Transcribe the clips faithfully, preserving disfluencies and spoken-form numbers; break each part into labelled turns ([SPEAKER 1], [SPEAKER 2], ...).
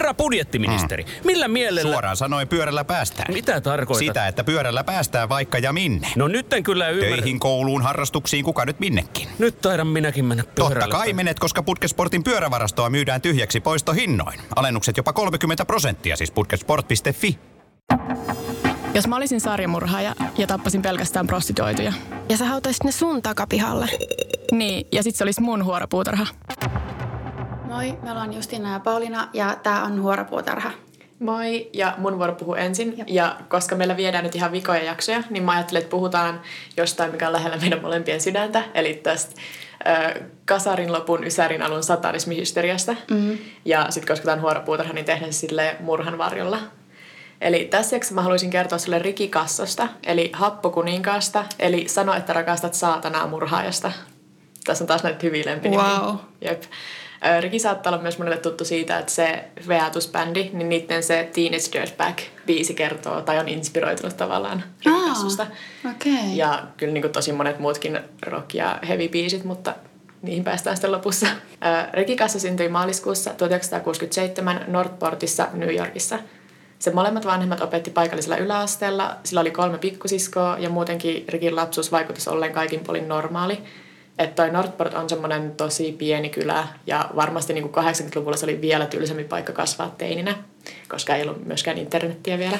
[SPEAKER 1] Herra budjettiministeri, mm. millä mielellä...
[SPEAKER 2] Suoraan sanoen pyörällä päästään.
[SPEAKER 1] Mitä tarkoitat?
[SPEAKER 2] Sitä, että pyörällä päästään vaikka ja minne.
[SPEAKER 1] No nyt en kyllä ymmärrä.
[SPEAKER 2] Töihin, kouluun, harrastuksiin, kuka nyt minnekin.
[SPEAKER 1] Nyt taidan minäkin mennä pyörällä.
[SPEAKER 2] Totta kai menet, koska Putkesportin pyörävarastoa myydään tyhjäksi poistohinnoin. Alennukset jopa kolmekymmentä prosenttia, siis putkesport piste fi.
[SPEAKER 3] Jos mä olisin sarjamurhaaja ja tappasin pelkästään prostituoituja.
[SPEAKER 4] Ja sä hautaisit ne sun takapihalle.
[SPEAKER 3] Niin, ja sit se olisi mun huoropuutarha.
[SPEAKER 5] Moi, me ollaan Justiina ja Pauliina ja tää on Huoropuutarha.
[SPEAKER 6] Moi, ja mun vuoro puhuu ensin. Ja. ja koska meillä viedään nyt ihan vikoja jaksoja, niin mä ajattelin, että puhutaan jostain, mikä on lähellä meidän molempien sydäntä. Eli tästä äh, kasarin lopun ysärin alun satanismihysteriasta. Mm-hmm. Ja sitten koska tää on Huoropuutarha, niin tehdään se silleen murhan varjolla. Eli tässä mä haluaisin kertoa sulle Riki Kassosta, eli Happokuninkaasta, eli Sano, että rakastat saatanaa murhaajasta. Tässä on taas näitä hyviä lempinimiä.
[SPEAKER 5] Wow.
[SPEAKER 6] Jep. Riki saattaa olla myös monelle tuttu siitä, että se Veatus-bändi, niin niiden se Teenage Dirtbag-biisi kertoo tai on inspiroitunut tavallaan Riki Kassosta.
[SPEAKER 5] Okay.
[SPEAKER 6] Ja kyllä niin kuin tosi monet muutkin rock- ja heavy-biisit, mutta niihin päästään sitten lopussa. Riki Kasso syntyi maaliskuussa tuhatyhdeksänsataakuusikymmentäseitsemän Northportissa, New Yorkissa. Sen molemmat vanhemmat opetti paikallisella yläasteella, sillä oli kolme pikkusiskoa ja muutenkin Rikin lapsuus vaikutus olleen kaikin puolin normaali. Että toi Northport on semmoinen tosi pieni kylä ja varmasti niin kuin kahdeksankymmentäluvulla se oli vielä tylsempi paikka kasvaa teininä, koska ei ollut myöskään internettiä vielä.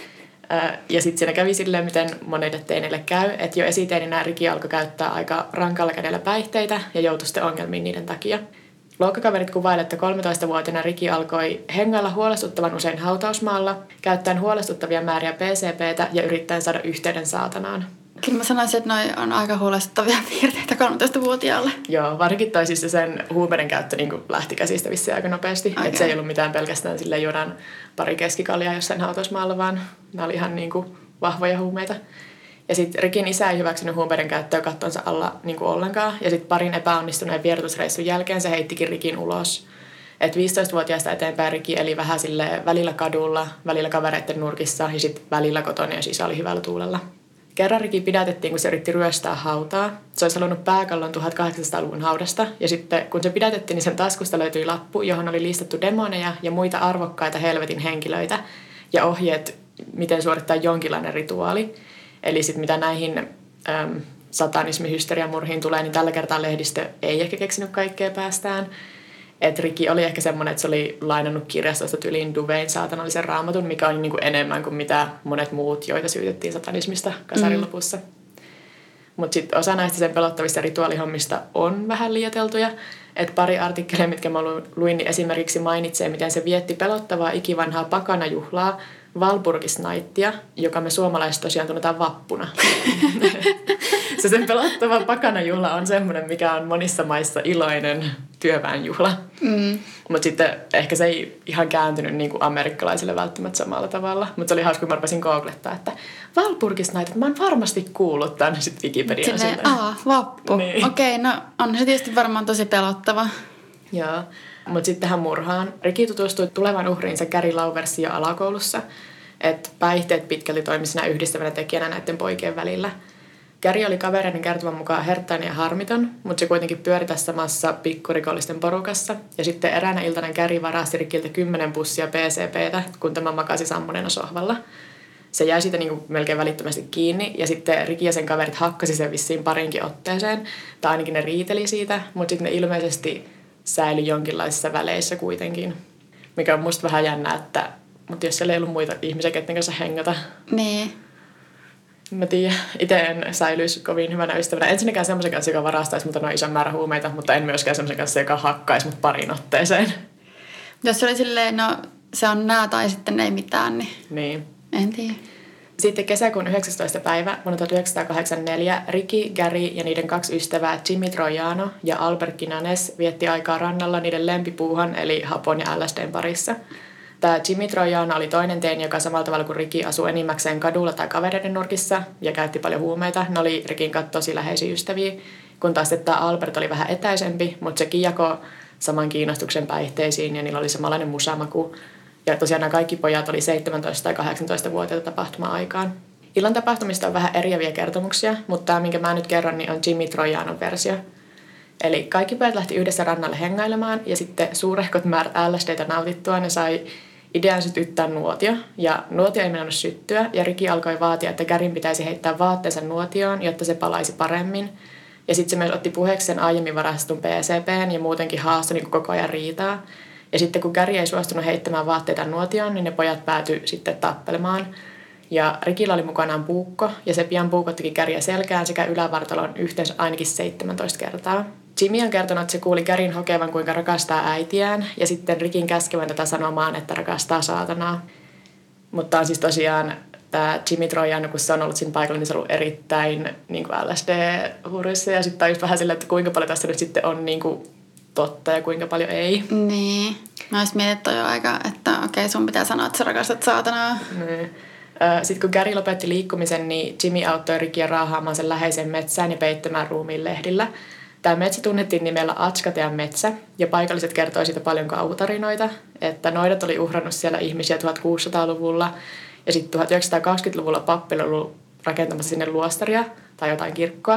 [SPEAKER 6] Ja sitten siinä kävi silleen, miten monille teineille käy, että jo esiteininä Riki alkoi käyttää aika rankalla kädellä päihteitä ja joutui sitten ongelmiin niiden takia. Luokkakaverit kuvailevat, että kolmetoistavuotiaana Riki alkoi hengailla huolestuttavan usein hautausmaalla, käyttäen huolestuttavia määriä P C P:tä ja yrittäen saada yhteyden saatanaan.
[SPEAKER 5] Kyllä mä sanoisin, että noi on aika huolestuttavia piirteitä kolmetoistavuotiaalle.
[SPEAKER 6] Joo, varsinkin toi siis sen huumeiden käyttö niin kuin lähti käsistä vissiin aika nopeasti. Okay. Että se ei ollut mitään pelkästään silleen juodaan pari keskikaljaa jossain hautausmaalla, vaan nämä oli ihan niin kuin vahvoja huumeita. Ja sitten Rikin isä ei hyväksynyt huumeiden käyttöä kattonsa alla niin kuin ollenkaan. Ja sitten parin epäonnistuneen vierotusreissun jälkeen se heittikin Rikin ulos. Että viisitoistavuotiaasta eteenpäin Riki eli vähän silleen välillä kadulla, välillä kavereiden nurkissa ja sitten välillä kotona, jos isä oli hyvällä tuulella. Kerran Riki pidätettiin, kun se yritti ryöstää hautaa. Se olisi halunnut pääkallon tuhatkahdeksansataaluvun haudasta. Ja sitten kun se pidätettiin, niin sen taskusta löytyi lappu, johon oli listattu demoneja ja muita arvokkaita helvetin henkilöitä. Ja ohjeet, miten suorittaa jonkinlainen rituaali. Eli sitten mitä näihin äm, satanismi-hysteriamurhiin tulee, niin tällä kertaa lehdistö ei ehkä keksinyt kaikkea päästään. Että Riki oli ehkä semmoinen, että se oli lainannut kirjastosta tyliin Duvein saatanallisen raamatun, mikä on niin kuin enemmän kuin mitä monet muut, joita syytettiin satanismista kasarin mm. lopussa. Mutta sitten osa näistä sen pelottavista rituaalihommista on vähän liioiteltuja. Että pari artikkelia, mitkä mä luin, niin esimerkiksi mainitsee, miten se vietti pelottavaa ikivanhaa pakanajuhlaa, Walpurgisnaittia, joka me suomalaiset tosiaan tunnetaan vappuna. Se sen pelottava pakanajuhla on semmoinen, mikä on monissa maissa iloinen työväenjuhla. Mm. Mutta sitten ehkä se ei ihan kääntynyt niin kuin amerikkalaisille välttämättä samalla tavalla. Mutta se oli hauska, kun mä rupesin googlettaa, että Walpurgisnait, mä oon varmasti kuullut tämän sitten Wikipediaan.
[SPEAKER 5] Silleen, aa, vappu. Niin. Okei, okay, no on se tietysti varmaan tosi pelottava.
[SPEAKER 6] Joo. Mutta sitten tähän murhaan. Riki tutustui tulevan uhriinsa Gary Lauversiin jo alakoulussa. Että päihteet pitkälti toimi siinä yhdistävänä tekijänä näiden poikien välillä. Gary oli kavereiden kertoman mukaan herttainen ja harmiton, mutta se kuitenkin pyöri tässä samassa pikkurikollisten porukassa. Ja sitten eräänä iltana Gary varasti Rikiltä kymmenen pussia P C P:tä, kun tämä makasi sammuneena sohvalla. Se jäi siitä niin kuin melkein välittömästi kiinni, ja sitten Riki ja sen kaverit hakkasi sen vissiin parinkin otteeseen. Tai ainakin ne riiteli siitä, mutta sitten ne ilmeisesti säilyi jonkinlaisissa väleissä kuitenkin. Mikä on musta vähän jännä, että mutta jos siellä ei ollut muita ihmisiä, ketten kanssa hengata.
[SPEAKER 5] Niin.
[SPEAKER 6] Mä tiedän, itse en säilyisi kovin hyvänä ystävänä. Ensinnäkään semmoisen kanssa, joka varastaisi mut noin ison määrän huumeita, mutta en myöskään semmoisen kanssa, joka hakkaisi mut parin otteeseen.
[SPEAKER 5] Jos se oli silleen, no se on nää tai sitten ei mitään, niin,
[SPEAKER 6] niin.
[SPEAKER 5] En tiedä.
[SPEAKER 6] Sitten kesäkuun yhdeksästoista päivä vuonna tuhatyhdeksänsataakahdeksankymmentäneljä Riki, Gary ja niiden kaksi ystävää Jimmy Troiano ja Albert Quinones vietti aikaa rannalla niiden lempipuuhan eli hapon ja L S D:n parissa. Tämä Jimmy Troiano oli toinen teini, joka samalla tavalla kuin Riki asui enimmäkseen kadulla tai kavereiden nurkissa ja käytti paljon huumeita. Ne oli Rikin kanssa tosi läheisiä ystäviä, kun taas tämä Albert oli vähän etäisempi, mutta sekin jakoi saman kiinnostuksen päihteisiin ja niillä oli samanlainen musamaku. Ja tosiaan nämä kaikki pojat oli seitsemäntoista- tai kahdeksantoista-vuotiaita tapahtuma-aikaan. Illan tapahtumista on vähän eriäviä kertomuksia, mutta tämä, minkä mä nyt kerron, niin on Jimmy Troianon versio. Eli kaikki pojat lähti yhdessä rannalle hengailemaan ja sitten suurehkot määrät L S D:tä nautittua ne sai idean sytyttää nuotio. Ja nuotio ei mennä syttyä ja Ricky alkoi vaatia, että Garyn pitäisi heittää vaatteensa nuotioon, jotta se palaisi paremmin. Ja sitten se myös otti puheeksi sen aiemmin varastetun P C P:n ja muutenkin haastoi niin koko ajan riitaa. Ja sitten kun Gary ei suostunut heittämään vaatteita nuotioon, niin ne pojat päätyi sitten tappelemaan. Ja Rickyllä oli mukanaan puukko ja se pian puukottikin Garyä selkään sekä ylävartalon yhteensä ainakin seitsemäntoista kertaa. Jimmy on kertonut, että se kuuli Garyn hokevan, kuinka rakastaa äitiään ja sitten Rickyn käskevän tätä sanomaan, että rakastaa saatanaa. Mutta on siis tosiaan tämä Jimmy Trojan, kun se on ollut siinä paikalla, niin se on ollut erittäin niin kuin L S D-hurissa ja sitten on just vähän silleen, että kuinka paljon tässä nyt sitten on niin kuin totta ja kuinka paljon ei.
[SPEAKER 5] Niin. Mä olis mietitty jo aika, että okei, sun pitää sanoa, että sä rakastat saatanaa.
[SPEAKER 6] Niin. Sitten kun Gary lopetti liikkumisen, niin Jimmy auttoi Rickyä raahaamaan sen läheiseen metsään ja peittämään ruumiin lehdillä. Tämä metsä tunnettiin nimellä Atskatean metsä ja paikalliset kertoi siitä paljon kauhutarinoita, että noidat oli uhrannut siellä ihmisiä tuhatkuusisataaluvulla ja sitten tuhatyhdeksänsataakaksikymmentäluvulla pappi oli ollut rakentamassa sinne luostaria tai jotain kirkkoa.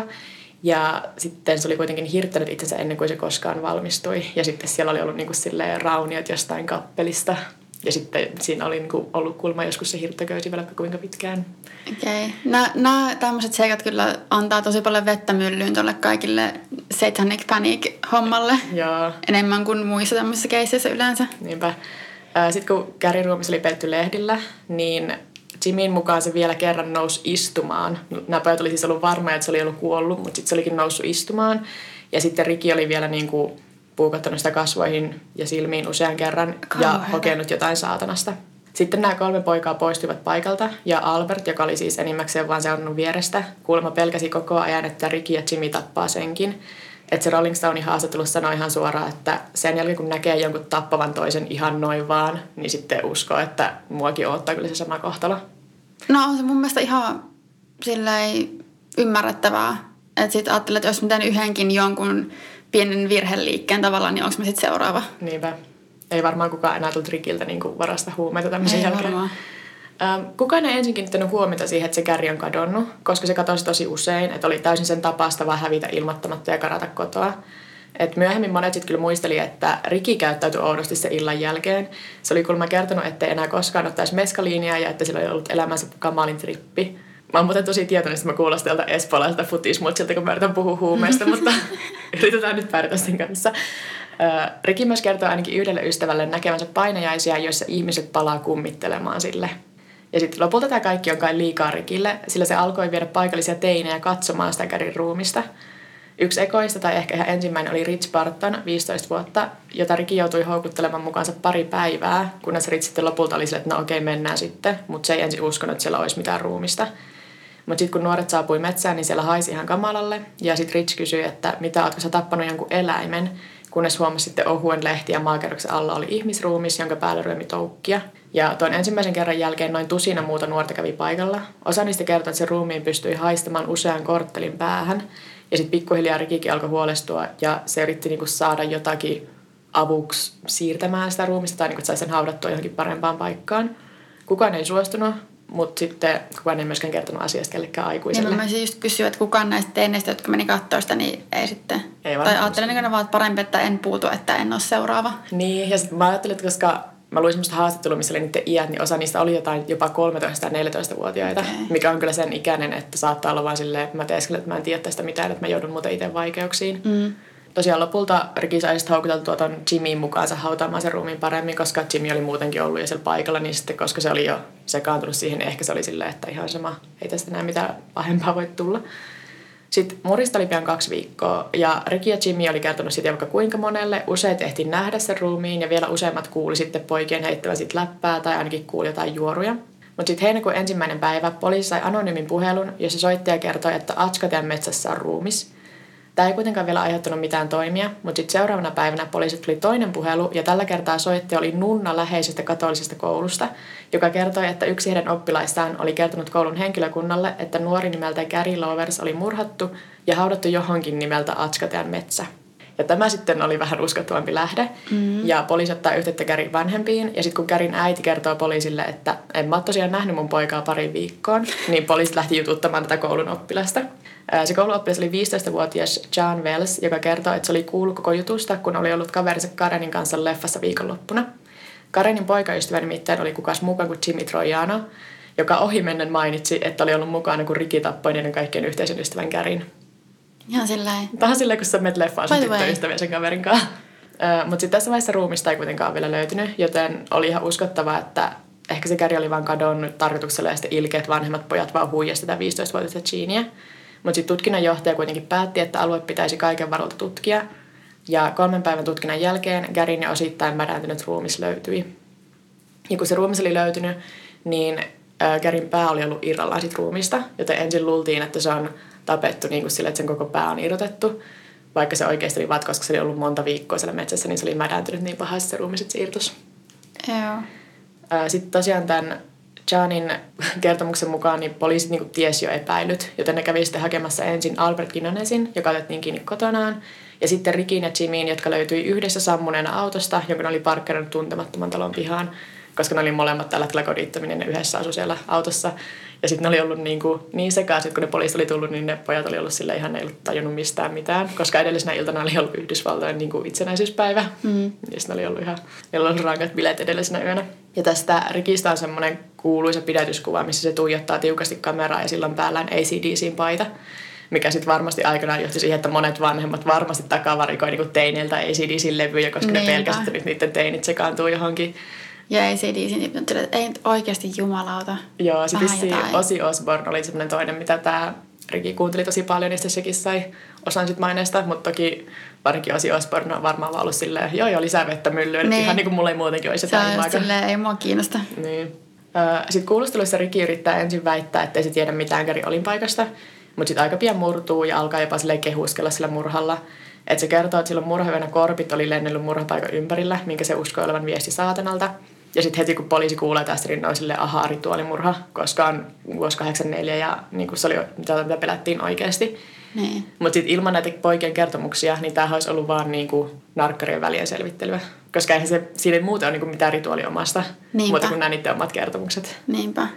[SPEAKER 6] Ja sitten se oli kuitenkin hirttänyt itsensä ennen kuin se koskaan valmistui. Ja sitten siellä oli ollut niinku silleen rauniot jostain kappelista. Ja sitten siinä oli niinku ollut kulma joskus se hirttäköysi vielä kuinka pitkään.
[SPEAKER 5] Okei. Okay. Nämä tämmöiset seikat kyllä antaa tosi paljon vettä myllyyn tuolle kaikille Satanic Panic-hommalle.
[SPEAKER 6] Joo. Enemmän
[SPEAKER 5] kuin muissa tämmöisissä keisseissä yleensä.
[SPEAKER 6] Niinpä. Sitten kun Garyn ruumis oli peitty lehdillä, niin Jimmyn mukaan se vielä kerran nousi istumaan. Nämä pojat oli siis ollut varmoja, että se oli ollut kuollut, mutta sitten se olikin noussut istumaan. Ja sitten Ricky oli vielä niin kuin puukottanut sitä kasvoihin ja silmiin usean kerran ja hokenut jotain saatanasta. Sitten nämä kolme poikaa poistuivat paikalta ja Albert, joka oli siis enimmäkseen vaan seurannut vierestä, kuulemma pelkäsi koko ajan, että Ricky ja Jimmy tappaa senkin. Että se Rolling Stonein haastattelussa sanoi ihan suoraan, että sen jälkeen kun näkee jonkun tappavan toisen ihan noin vaan, niin sitten uskoo, että muakin odottaa kyllä se sama kohtalo.
[SPEAKER 5] No on se mun mielestä ihan silleen ymmärrettävää. Että sit ajattelee, että jos mä teen yhdenkin jonkun pienen virheliikkeen tavallaan, niin onko mä sitten seuraava?
[SPEAKER 6] Niinpä. Ei varmaan kukaan enää tullut Rickiltä niin kuin varasta huumeita tämmöisen
[SPEAKER 5] ei
[SPEAKER 6] jälkeen.
[SPEAKER 5] Varmaan.
[SPEAKER 6] Ähm, kukaan ei ensin kiinnittänyt huomiota siihen, että se Gary on kadonnut, koska se katosi tosi usein, että oli täysin sen tapasta vaan hävitä ilmoittamatta ja karata kotoa. Et myöhemmin monet sitten kyllä muisteli, että Ricky käyttäytyi oudosti sen illan jälkeen. Se oli kuulemma kertonut, ettei enää koskaan ottaisi meskaliinia ja että sillä oli ollut elämänsä kamalin trippi. Mä oon muuten tosi tietoinen, että mä kuulostan tältä espoolaiselta futismutsilta, kun mä yritän puhua huumeista, mutta yritetään nyt pärjätä sen kanssa. Ricky myös kertoo ainakin yhdelle ystävälle näkevänsä painajaisia, joissa ihmiset palaa kummittelemaan sille. Ja sitten lopulta tämä kaikki on kai liikaa Rickille, sillä se alkoi viedä paikallisia teinejä katsomaan sitä Garyn ruumista. Yksi ekoista tai ehkä ihan ensimmäinen oli Rich Barton, viisitoista vuotta, jota Ricky joutui houkuttelemaan mukaansa pari päivää, kunnes Rich sitten lopulta oli sille, että no okei, mennään sitten, mutta se ei ensin uskonut, että siellä olisi mitään ruumista. Mutta sitten kun nuoret saapui metsään, niin siellä haisi ihan kamalalle, ja sitten Rich kysyi, että mitä, ootko sä tappanut jonkun eläimen, kunnes huomasi sitten ohuen lehti ja maakerroksen alla oli ihmisruumis, jonka päällä ryömi toukkia. Ja tuon ensimmäisen kerran jälkeen noin tusina muuta nuorta kävi paikalla. Osa niistä kertoi, että se ruumiin pystyi haistamaan usean korttelin päähän. Ja sitten pikkuhiljaa Rickykin alkoi huolestua ja se yritti niinku saada jotakin avuksi siirtämään sitä ruumista tai niinku, että saisi sen haudattua johonkin parempaan paikkaan. Kukaan ei suostunut, mutta sitten kukaan ei myöskään kertonut asiasta kellekään aikuiselle.
[SPEAKER 5] Niin mä olisin just kysyä, että kukaan näistä teineistä, jotka meni katsoa sitä, niin ei sitten.
[SPEAKER 6] Ei
[SPEAKER 5] tai ajattelen niin vaan, että parempi, että en puutu, että en ole seuraava.
[SPEAKER 6] Niin, ja sitten mä ajattelin, että koska mä luin semmoista haastattelua, missä oli niiden iät, niin osa niistä oli jotain jopa kolmetoista- ja neljätoista-vuotiaita, okay. Mikä on kyllä sen ikäinen, että saattaa olla vaan silleen, että mä teeskelen, että mä en tiedä tästä mitään, että mä joudun muuten itse vaikeuksiin. Mm. Tosiaan lopulta Ricky sai sitten houkuteltua tuon Jimmyin mukaansa hautaamaan sen ruumiin paremmin, koska Jimmy oli muutenkin ollut jo siellä paikalla, niin sitten koska se oli jo sekaantunut siihen, niin ehkä se oli silleen, että ihan sama, ei tästä enää mitään pahempaa voi tulla. Sitten murista oli pian kaksi viikkoa ja Ricky ja Jimmy oli kertonut siitä vaikka kuinka monelle. Useat ehti nähdä sen ruumiin ja vielä useammat kuuli sitten poikien heittävän sit läppää tai ainakin kuuli jotain juoruja. Mutta sitten heinäkuun ensimmäinen päivä poliisi sai anonyymin puhelun, jossa soittaja kertoi, että Atskatean metsässä on ruumis. Tämä ei kuitenkaan vielä aiheuttanut mitään toimia, mutta sitten seuraavana päivänä poliisit tuli toinen puhelu ja tällä kertaa soittaja oli nunna läheisestä katolisesta koulusta, joka kertoi, että yksi heidän oppilaistaan oli kertonut koulun henkilökunnalle, että nuori nimeltä Gary Lovers oli murhattu ja haudattu johonkin nimeltä Atskatean metsä. Ja tämä sitten oli vähän uskottavampi lähde mm-hmm. ja poliisi ottaa yhteyttä Garyn vanhempiin ja sitten kun Garyn äiti kertoo poliisille, että en mä ole tosiaan nähnyt mun poikaa pari viikkoon, niin poliisit lähti jututtamaan tätä koulun oppilasta. Se kouluoppilas oli viisitoistavuotias John Wells, joka kertoi, että se oli kuullut koko jutusta, kun oli ollut kaverinsa Karenin kanssa leffassa viikonloppuna. Karenin poikaystävä nimittäin oli kukas mukaan kuin Jimmy Troiano, joka ohimennen mainitsi, että oli ollut mukana, kun Ricky tappoi niiden kaikkien yhteisen ystävän Garin.
[SPEAKER 5] Ihan silleen.
[SPEAKER 6] Tähän silleen, kun sä menet leffaan sun tyttöystävän sen kaverin kanssa. Mutta sitten tässä vaiheessa ruumista ei kuitenkaan vielä löytynyt, joten oli ihan uskottavaa, että ehkä se Gary oli vaan kadonnut tarkoituksella ja sitten ilkeät vanhemmat pojat vaan huijasi tätä viisitoistavuotiaista Jeania. Mutta sitten tutkinnanjohtaja kuitenkin päätti, että alue pitäisi kaiken varalta tutkia. Ja kolmen päivän tutkinnan jälkeen Garyn ja osittain mädäntynyt ruumis löytyi. Ja kun se ruumis oli löytynyt, niin Garyn pää oli ollut irrallaan siitä ruumista, joten ensin luultiin, että se on tapettu niin kuin sille, että sen koko pää on irrotettu. Vaikka se oikeasti oli vatko, koska se oli ollut monta viikkoa siellä metsässä, niin se oli mädäntynyt niin pahasti se ruumis, että se irtosi.
[SPEAKER 5] Joo.
[SPEAKER 6] Sitten tosiaan tämän Johnin kertomuksen mukaan niin poliisit niin kuin tiesi jo epäilyt, joten ne kävi sitten hakemassa ensin Albert Quinonesin, joka otettiin kiinni kotonaan, ja sitten Rickin ja Jimmyin, jotka löytyi yhdessä sammuneena autosta, jonka ne oli parkkeerannut tuntemattoman talon pihaan, koska ne oli molemmat tällä hetkellä kodittominen, ne yhdessä asui siellä autossa. Ja sitten ne oli ollut niin, kuin, niin sekaisin, että kun ne poliisit oli tullut, niin ne pojat oli ollut sille ihan, ne ei ollut tajunnut mistään mitään. Koska edellisenä iltana oli ollut Yhdysvaltojen niin kuin itsenäisyyspäivä. Mm. Ja sitten oli ollut ihan, ne oli ollut rankat bileet edellisenä yönä. Ja tästä Rickistä on semmoinen kuuluisa pidätyskuva, missä se tuijottaa tiukasti kameraa ja sillä on päällään A C D C:n paita. Mikä sitten varmasti aikanaan johti siihen, että monet vanhemmat varmasti takavarikoi niin kuin teineiltä A C D C:n levyjä, koska Niinpä. ne pelkästään nyt niiden teinit sekaantuu johonkin.
[SPEAKER 5] Ja A C D C, niin ei nyt oikeasti jumalauta.
[SPEAKER 6] Joo, sitten Ozzy Osbourne oli semmoinen toinen, mitä tämä Ricky kuunteli tosi paljon, niin sekin sai osan sit maineesta, mutta toki varsinkin Ozzy Osbourne on varmaan vaan ollut silleen, joo joo, lisää vettä myllyyn, niin. Ihan niin kuin mulla ei muutenkin olisi
[SPEAKER 5] se on just silleen, ei mua kiinnosta.
[SPEAKER 6] Niin. Sitten kuulusteluissa Ricky yrittää ensin väittää, ettei se tiedä mitään Garyn olinpaikasta, mutta sitten aika pian murtuu ja alkaa jopa silleen kehuskella sillä murhalla. Että se kertoo, että silloin murhavena korpit oli lennellyt murhapaikan ympärillä, minkä se uskoi olevan viesti saatanalta. Ja sitten heti kun poliisi kuulee tästä, niin on silleen, ahaa, rituaalimurha, koska on vuosi kahdeksankymmentäneljä ja niin kuin se oli mitä, mitä pelättiin oikeasti.
[SPEAKER 5] Niin.
[SPEAKER 6] Mutta sitten ilman näitä poikien kertomuksia, niin tämä olisi ollut vaan niin kuin narkkarien välien selvittelyä. Koska eihän se, siinä ei muuten ole niin kuin mitään rituaaliomasta,
[SPEAKER 5] Niinpä.
[SPEAKER 6] muuta kuin nämä niiden omat kertomukset.
[SPEAKER 5] Niinpä.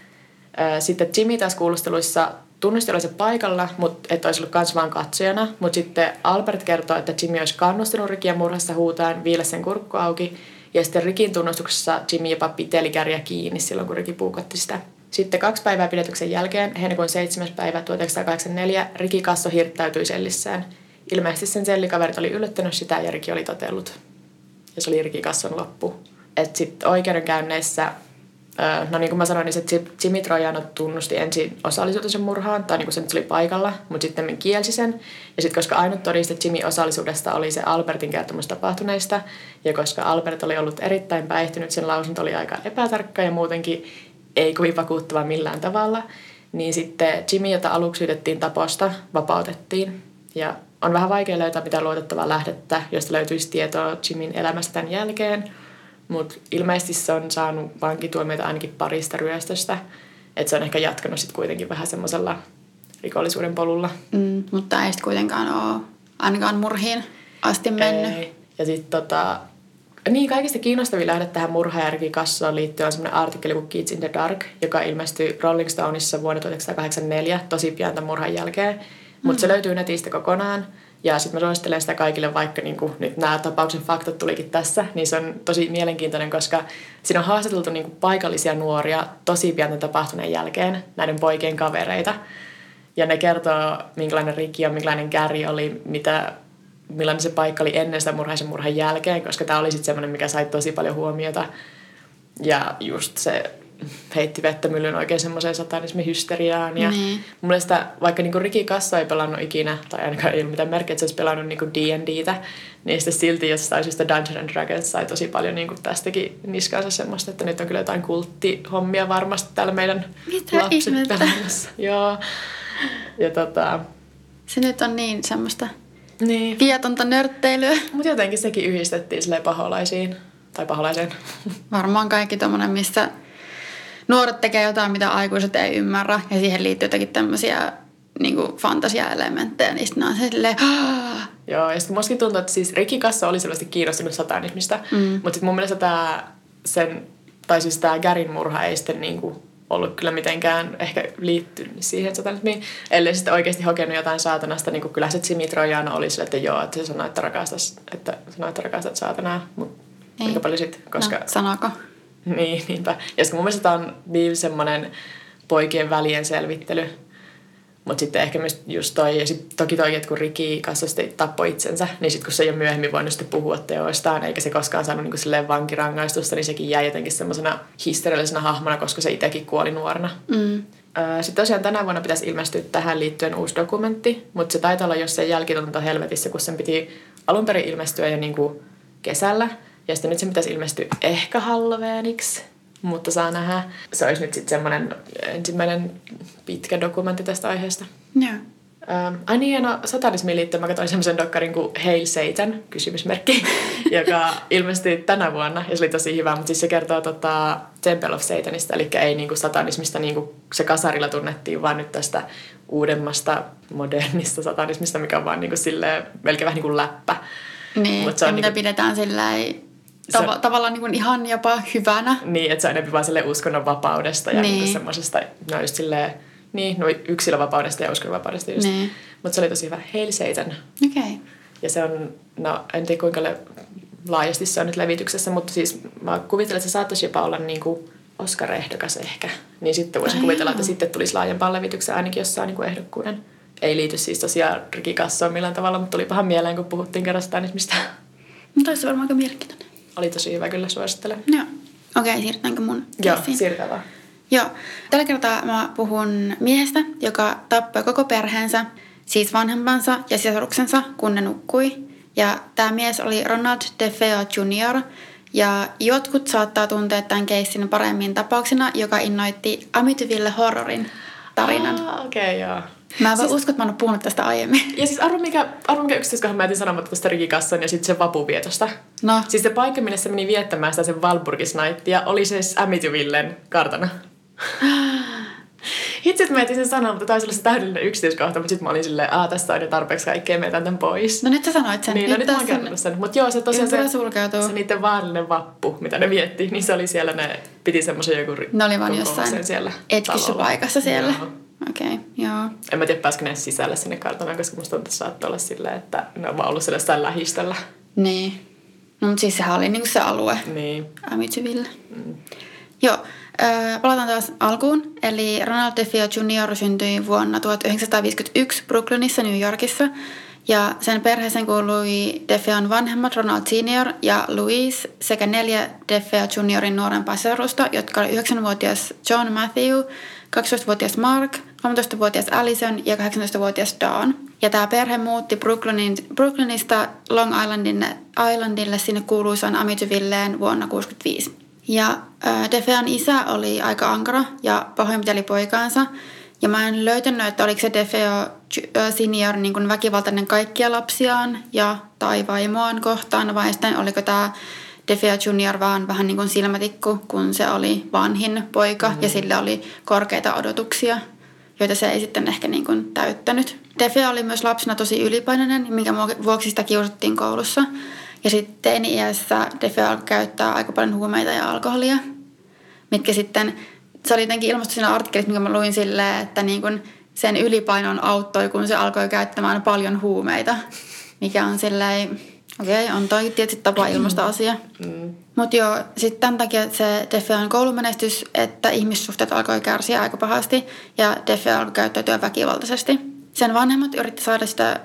[SPEAKER 6] Sitten Jimmy taas kuulusteluissa tunnusti olevansa paikalla, mutta että olisi ollut kans vaan katsojana. Mutta sitten Albert kertoo, että Jimmy olisi kannustanut Rickyä murhassa huutaen viile sen kurkku auki. Ja sitten Rickin tunnustuksessa Jimmy jopa piteli Garyä kiinni silloin, kun Ricky puukotti sitä. Sitten kaksi päivää pidätyksen jälkeen, heinäkuun seitsemäs päivä tuhatyhdeksänsataakahdeksankymmentäneljä, Ricky Kasso hirttäytyi sellissään. Ilmeisesti sen sellikaverit oli yllättänyt sitä ja Ricky oli totellut. Ja se oli Ricky Kasson loppu. Että sitten oikeudenkäynneissä, no niin kuin mä sanoin, niin se Jimmy Troiano tunnusti ensin osallisuutensa murhaan, tai niin kuin se nyt oli paikalla, mutta sitten kielsi sen. Ja sitten koska ainut todiste Jimmy osallisuudesta oli se Albertin kertomus tapahtuneista, ja koska Albert oli ollut erittäin päihtynyt, sen lausunto oli aika epätarkka ja muutenkin ei kovin vakuuttava millään tavalla, niin sitten Jimmy, jota aluksi syytettiin taposta, vapautettiin. Ja on vähän vaikea löytää mitään luotettavaa lähdettä, josta löytyisi tietoa Jimmyn elämästä tämän jälkeen. Mutta ilmeisesti se on saanut vankituomioita ainakin parista ryöstöstä. Että se on ehkä jatkanut sitten kuitenkin vähän semmoisella rikollisuuden polulla.
[SPEAKER 5] Mm, mutta ei sitten kuitenkaan ole ainakaan murhiin asti mennyt.
[SPEAKER 6] Ei. Ja sitten tota... Niin, kaikista kiinnostavin lähde tähän murhaan ja Ricky Kassoon liittyen on semmoinen artikkeli kuin Kids in the Dark, joka ilmestyi Rolling Stoneissa vuonna tuhatyhdeksänsataakahdeksankymmentäneljä, tosi pian tämän murhan jälkeen. Mutta mm. se löytyy netistä kokonaan. Ja sitten mä suosittelen sitä kaikille, vaikka niin kuin nyt nämä tapauksen faktat tulikin tässä, niin se on tosi mielenkiintoinen, koska siinä on haastateltu niin kuin paikallisia nuoria tosi pian tämän tapahtuneen jälkeen, näiden poikien kavereita. Ja ne kertoo, minkälainen Ricky ja minkälainen Gary oli, mitä, millainen se paikka oli ennen sitä murhaisen murhan jälkeen, koska tämä oli sitten semmoinen, mikä sai tosi paljon huomiota. Ja just se heitti vettä myllyn oikein semmoiseen satanismihysteriaan. Ja niin. Mun mielestä, vaikka niinku Ricky Kasso ei pelannut ikinä, tai ainakaan ei ollut mitään merkkiä, että se olisi pelannut niinku D and D:tä, niin sitten silti jostain syystä Dungeons and Dragons sai tosi paljon niinku tästäkin niskaansa semmoista, että nyt on kyllä jotain kulttihommia varmasti täällä meidän
[SPEAKER 5] mitä
[SPEAKER 6] lapset
[SPEAKER 5] ihmettä?
[SPEAKER 6] pelaamassa. Joo. Ja tota...
[SPEAKER 5] Se nyt on niin semmoista
[SPEAKER 6] niin.
[SPEAKER 5] vietonta nörtteilyä.
[SPEAKER 6] Mutta jotenkin sekin yhdistettiin silleen paholaisiin. Tai paholaiseen.
[SPEAKER 5] Varmaan kaikki tommonen, missä nuoret tekee jotain, mitä aikuiset ei ymmärrä. Ja siihen liittyy jotakin tämmöisiä niinku fantasia-elementtejä. Niin sitten ne on silleen... Aah!
[SPEAKER 6] Joo, ja sitten mustakin tuntuu, että siis Ricky Kasso oli selvästi kiinnostunut satanismista. Mm. Mutta sitten mun mielestä tämä sen... Tai siis tämä Garyn murha ei sitten niinku ollut kyllä mitenkään ehkä liittynyt siihen satanismiin. Ellei sitten oikeasti hokenut jotain saatanasta, niin kuin kyllä se Jimmy Trojano oli sille, että joo, että se sanoi, että rakastas, että, sanoi, että rakastat saatanaa, mutta aika paljon sitten, koska...
[SPEAKER 5] No, sanoko?
[SPEAKER 6] Niin, niinpä. Ja sitten mun mielestä tämä on niin semmoinen poikien välien selvittely. Mutta sitten ehkä myös just toi, ja sitten toki toi, että kun Ricky Kassasti tappoi itsensä, niin sitten kun se ei ole myöhemmin voinut sitten puhua teoistaan, eikä se koskaan saanut niin kuin silleen vankirangaistusta, niin sekin jäi jotenkin semmoisena historiallisena hahmona, koska se itsekin kuoli nuorena. Mm. Sitten tosiaan tänä vuonna pitäisi ilmestyä tähän liittyen uusi dokumentti, mutta se taitaa olla jossain jälkitunto helvetissä, kun sen piti alun perin ilmestyä jo niin kuin kesällä, ja sitten nyt sen pitäisi ilmestyä ehkä Halloweeniksi. Mutta saa nähdä. Se olisi nyt sitten semmoinen ensimmäinen pitkä dokumentti tästä aiheesta.
[SPEAKER 5] Joo.
[SPEAKER 6] Ähm, ai niin, no satanismiin liittyen mä katsoin semmoisen dokkarin kuin Hail Satan, kysymysmerkki, joka ilmestyi tänä vuonna. Ja se oli tosi hyvä, mutta siis se kertoo tota, Temple of Satanista, eli ei niinku satanismista niin kuin se kasarilla tunnettiin, vaan nyt tästä uudemmasta, modernista satanismista, mikä on vaan niinku silleen, melkein vähän niin kuin läppä.
[SPEAKER 5] Niin,
[SPEAKER 6] Mut se
[SPEAKER 5] ja
[SPEAKER 6] on
[SPEAKER 5] mitä
[SPEAKER 6] niinku,
[SPEAKER 5] pidetään silleen... Tava-
[SPEAKER 6] se,
[SPEAKER 5] tavallaan niin kuin ihan jopa hyvänä.
[SPEAKER 6] Niin, että se on enemmän vaan silleen uskonnon vapaudesta ja niin. Niin semmoisesta, no just silleen, niin, no yksilövapaudesta ja uskonnonvapaudesta just. Niin. Mutta se oli tosi hyvä. Hail Satan.
[SPEAKER 5] Okei. Okay.
[SPEAKER 6] Ja se on, no en tiedä kuinka le- laajasti se on nyt levityksessä, mutta siis mä kuvittelen, että se saattaisi jopa olla niin kuin Oscar-ehdokas ehkä. Niin sitten voisin Ai kuvitella, joo. että sitten tulisi laajempaan levitykseen ainakin jossain niin kuin ehdokkuuden. Ei liity siis tosiaan Ricky Kassoon millään tavalla, mutta tuli pahan mieleen, kun puhuttiin kerran satanismista.
[SPEAKER 5] Mutta olisi varmaan aika mielenkiintoinen.
[SPEAKER 6] Oli tosi hyvä, kyllä suosittelen.
[SPEAKER 5] Joo. Okei, okay, siirrytäänkö mun
[SPEAKER 6] Joo,
[SPEAKER 5] keissiin?
[SPEAKER 6] siirrytään vaan.
[SPEAKER 5] Joo. Tällä kertaa mä puhun miehestä, joka tappoi koko perheensä, siis vanhempansa ja sisaruksensa, kun ne nukkui. Ja tämä mies oli Ronald DeFeo junior Ja jotkut saattaa tuntea tämän keissin paremmin tapauksena, joka innoitti Amityville Horrorin tarinan.
[SPEAKER 6] Ah, okei, okay, joo.
[SPEAKER 5] Mä en
[SPEAKER 6] siis,
[SPEAKER 5] usko, että mä oon puhunut tästä aiemmin.
[SPEAKER 6] Ja siis arvo mikä, arvo mikä yksityiskohan mä jätin sanomatta tästä Ricky Kasson ja sitten sen vapuvietosta.
[SPEAKER 5] No.
[SPEAKER 6] Siis se paikka, minne se meni viettämään sitä sen Walpurgisnightia, oli se Amityvillen kartana. Hitsi, että mä jätin sen sanoa, mutta taisi olla se täydellinen yksityiskohta, mutta sitten mä olin silleen, aah, tästä on jo tarpeeksi kaikkea, meetän tämän pois.
[SPEAKER 5] No nyt sä sanoit sen.
[SPEAKER 6] Niin, no nyt, nyt mä oon kertonut sen. Mutta joo, se tosiaan se,
[SPEAKER 5] se
[SPEAKER 6] niiden vaarallinen vappu, mitä ne vietti, niin se oli siellä, ne piti semmoisen joku
[SPEAKER 5] ne oli vaan jossain
[SPEAKER 6] siellä
[SPEAKER 5] etkissä paikassa siellä. Okei, okay, joo.
[SPEAKER 6] En mä tiedä, pääskö ne sisälle sinne kartanaan, koska musta tuntuu, että saattoi olla silleen, että ne on vaan ollut siellä jossain lähistöllä.
[SPEAKER 5] Niin. No, mutta siis sehän oli niinku se alue.
[SPEAKER 6] Niin.
[SPEAKER 5] Amityville. Mm. Joo. Äh, palataan taas alkuun. Eli Ronald DeFeo junior syntyi vuonna tuhatyhdeksänsataaviisikymmentäyksi Brooklynissa, New Yorkissa. Ja sen perheeseen kuului DeFeon vanhemmat Ronald senior ja Louise sekä neljä DeFeo juniorin nuorempaa sisarusta, jotka oli yhdeksänvuotias John Matthew, kaksitoistavuotias Mark, kolmetoistavuotias Allison ja kahdeksantoistavuotias Dawn. Ja tämä perhe muutti Brooklynin, Brooklynista Long Islandille, Islandille sinne kuuluisaan Amityvilleen vuonna tuhatyhdeksänsataakuusikymmentäviisi. Ja äh, DeFeon isä oli aika ankara ja pahoinpiteli poikaansa. Ja mä en löytänyt, että oliko se DeFeo senior niin kuin väkivaltainen kaikkia lapsiaan ja tai vaimoaan kohtaan, vai sitten oliko tämä DeFeo junior vaan vähän niin kuin silmätikku, kun se oli vanhin poika mm-hmm. ja sillä oli korkeita odotuksia, joita se ei sitten ehkä niin kuin täyttänyt. DeFeo oli myös lapsena tosi ylipainoinen, minkä vuoksi sitä kiusattiin koulussa. Ja sitten teini-iässä DeFeo alkoi käyttää aika paljon huumeita ja alkoholia, mitkä sitten... Se oli jotenkin ilmastu siinä artikkelissa, minkä mä luin silleen, että niin kun sen ylipainon auttoi, kun se alkoi käyttämään paljon huumeita. Mikä on silleen, okei, okay, on toi tietysti tapa ilmaista asia. Mm. Mutta joo, sitten tämän takia se DeFeon koulumenestys, että ihmissuhteet alkoi kärsiä aika pahasti ja DeFeo alkoi käyttäytyä väkivaltaisesti. Sen vanhemmat yritti saada sitä